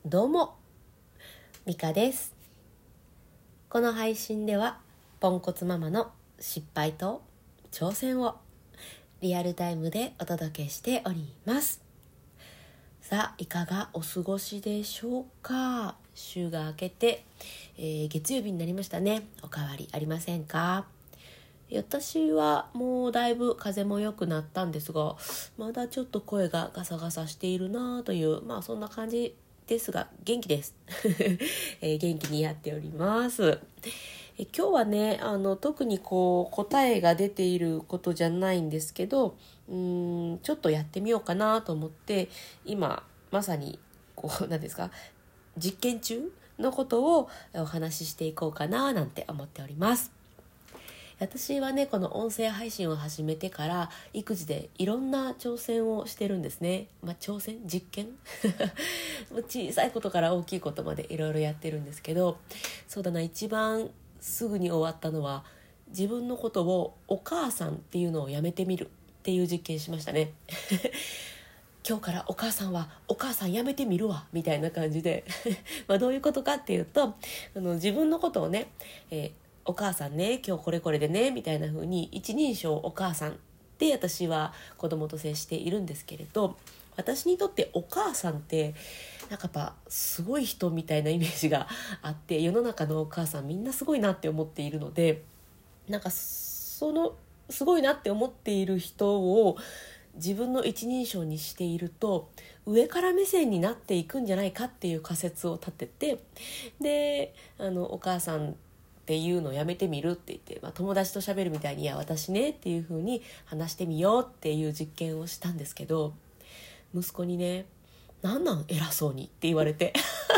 どうも、ミカです。この配信ではポンコツママの失敗と挑戦をリアルタイムでお届けしております。さあ、いかがお過ごしでしょうか。週が明けて、月曜日になりましたね。お変わりありませんか。私はもうだいぶ風も良くなったんですが、まだちょっと声がガサガサしているなという、そんな感じですが元気です、元気にやっております。今日はね特に答えが出ていることじゃないんですけど、ちょっとやってみようかなと思って今まさに何ですか、実験中のことをお話ししていこうかななんて思っております。私はねこの音声配信を始めてから育児でいろんな挑戦をしてるんですね。挑戦実験小さいことから大きいことまでいろいろやってるんですけど、そうだな、一番すぐに終わったのは自分のことをお母さんっていうのをやめてみるっていう実験しましたね今日からお母さんはお母さんやめてみるわみたいな感じでどういうことかっていうと、自分のことをね、お母さんね今日これこれでねみたいな風に一人称お母さんで私は子供と接しているんですけれど、私にとってお母さんってやっぱすごい人みたいなイメージがあって、世の中のお母さんみんなすごいなって思っているので、そのすごいなって思っている人を自分の一人称にしていると上から目線になっていくんじゃないかっていう仮説を立てて、でお母さんっていうのをやめてみるって言って、友達と喋るみたいにいや私ねっていう風に話してみようっていう実験をしたんですけど、息子にねなんなん偉そうにって言われて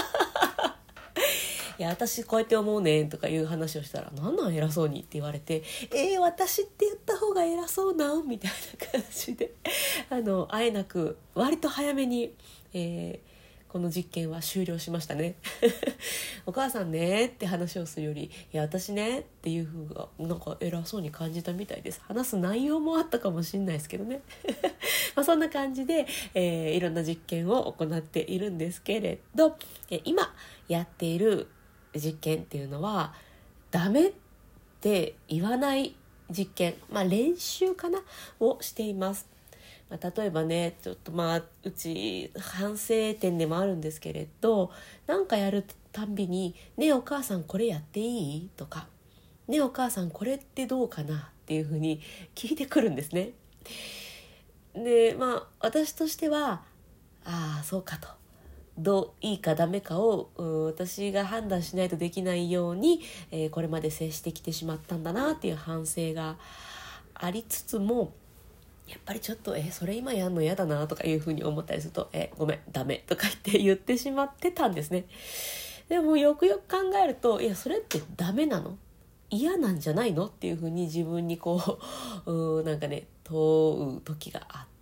いや私こうやって思うねんとかいう話をしたらなんなん偉そうにって言われて、私って言った方が偉そうなんみたいな感じであえなく割と早めに、この実験は終了しましたねお母さんねって話をするよりいや私ねっていう風がなんか偉そうに感じたみたいです。話す内容もあったかもしれないですけどねそんな感じで、いろんな実験を行っているんですけれど、今やっている実験っていうのはダメって言わない実験、練習かなをしています。例えばねちょっとうち反省点でもあるんですけれど、なんかやるたんびにねお母さんこれやっていいとかねお母さんこれってどうかなっていうふうに聞いてくるんですね。で私としてはそうかと、どういいかダメかを私が判断しないとできないように、これまで接してきてしまったんだなっていう反省がありつつも、やっぱりちょっとそれ今やんの嫌だなとかいうふうに思ったりするとごめんダメとか言ってしまってたんですね。でもよくよく考えるといやそれってダメなの嫌なんじゃないのっていうふうに自分になんかね問う時があって、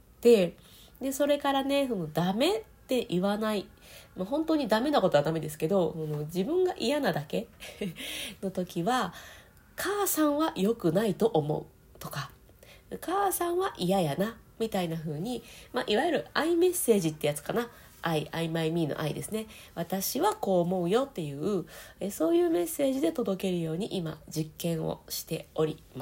でそれからねそのダメって言わない、本当にダメなことはダメですけど自分が嫌なだけの時は母さんは良くないと思うとか母さんは嫌やなみたいな風に、いわゆる愛メッセージってやつかな、I my me の愛ですね。私はこう思うよっていうそういうメッセージで届けるように今実験をしております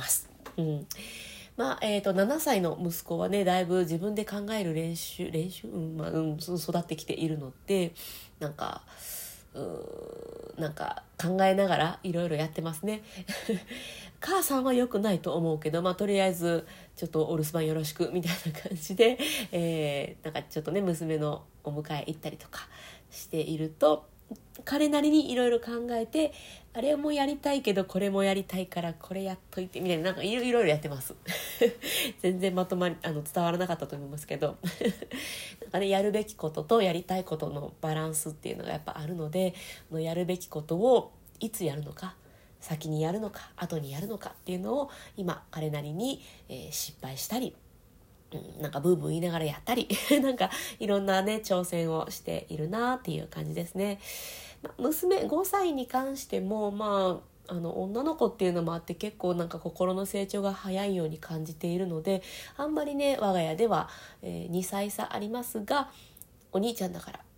。7歳の息子はねだいぶ自分で考える練習、育ってきているのでなんか考えながらいろいろやってますね母さんは良くないと思うけど、とりあえずちょっとお留守番よろしくみたいな感じで、ちょっとね娘のお迎え行ったりとかしていると彼なりにいろいろ考えて、あれもやりたいけどこれもやりたいからこれやっといてみたいな、いろいろやってます全然まとまり伝わらなかったと思いますけどやるべきこととやりたいことのバランスっていうのがやっぱあるので、やるべきことをいつやるのか、先にやるのか後にやるのかっていうのを今彼なりに、失敗したりブーブー言いながらやったりいろんなね挑戦をしているなっていう感じですね。娘5歳に関しても女の子っていうのもあって結構心の成長が早いように感じているので、あんまりね我が家では、2歳差ありますがお兄ちゃんだから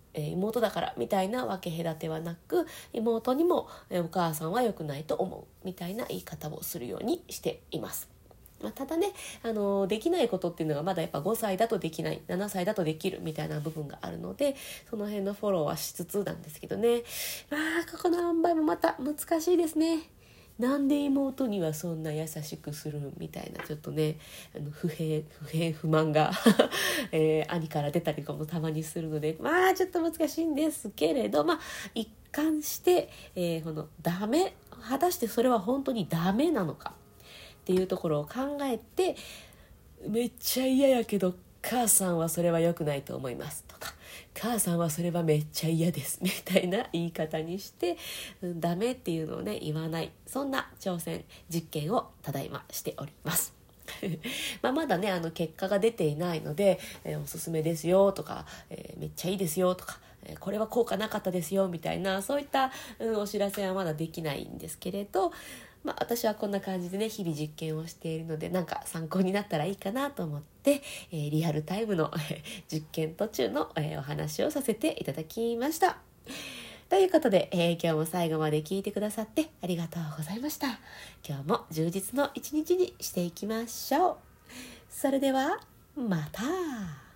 妹だからみたいな分け隔てはなく、妹にも、お母さんは良くないと思うみたいな言い方をするようにしています。ただね、できないことっていうのがまだやっぱ5歳だとできない、7歳だとできるみたいな部分があるので、その辺のフォローはしつつなんですけどね。ここの塩梅もまた難しいですね。なんで妹にはそんな優しくするみたいな、ちょっとね、不平不満が、兄から出たりとかもたまにするので、ちょっと難しいんですけれど、一貫して、このダメ、果たしてそれは本当にダメなのかっていうところを考えて、めっちゃ嫌やけど母さんはそれは良くないと思いますとか、母さんはそれはめっちゃ嫌ですみたいな言い方にして、ダメっていうのをね言わない、そんな挑戦実験をただいましておりますまだね結果が出ていないので、おすすめですよとか、めっちゃいいですよとか、これは効果なかったですよみたいな、そういった、お知らせはまだできないんですけれど、私はこんな感じでね日々実験をしているので、なんか参考になったらいいかなと思って、リアルタイムの実験途中の、お話をさせていただきました。ということで、今日も最後まで聞いてくださってありがとうございました。今日も充実の一日にしていきましょう。それではまた。